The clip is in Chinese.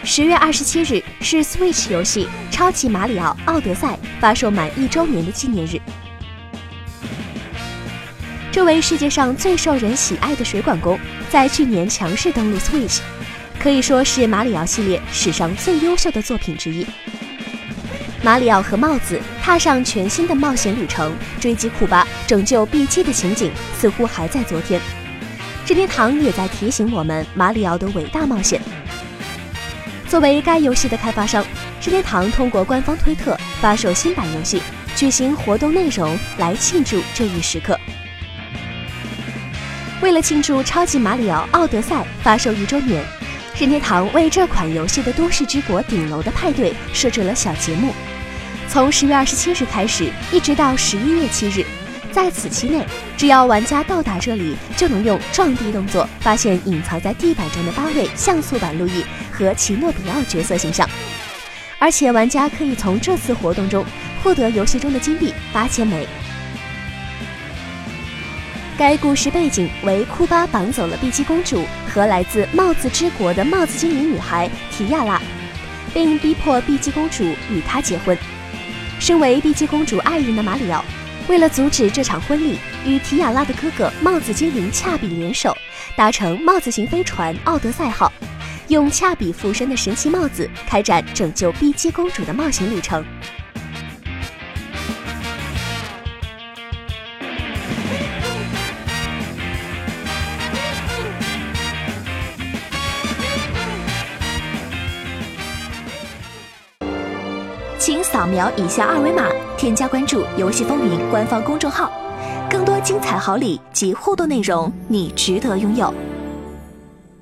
10月27日是 Switch 游戏《超级马里奥奥德赛》发售满1周年的纪念日。这位世界上最受人喜爱的水管工，在去年强势登陆 Switch， 可以说是马里奥系列史上最优秀的作品之一。马里奥和帽子踏上全新的冒险旅程，追击库巴、拯救碧姬的情景似乎还在昨天。任天堂也在提醒我们马里奥的伟大冒险。作为该游戏的开发商，任天堂通过官方推特发售新版游戏，举行活动内容来庆祝这一时刻。为了庆祝超级马里奥奥德赛发售1周年，任天堂为这款游戏的都市之国顶楼的派对设置了小节目。从10月27日开始，一直到11月7日，在此期内，只要玩家到达这里，就能用撞地动作发现隐藏在地板中的8位像素版路易和奇诺比奥角色形象，而且玩家可以从这次活动中获得游戏中的金币8000枚。该故事背景为库巴绑走了碧姬公主和来自帽子之国的帽子精灵女孩提亚拉，并逼迫碧姬公主与她结婚。身为碧姬公主爱人的马里奥，为了阻止这场婚礼，与提亚拉的哥哥帽子精灵恰比联手，搭乘帽子型飞船奥德赛号，用恰比附身的神奇帽子开展拯救碧姬公主的冒险旅程。请扫描以下2维码，添加关注游戏风云官方公众号，更多精彩好礼及互动内容，你值得拥有。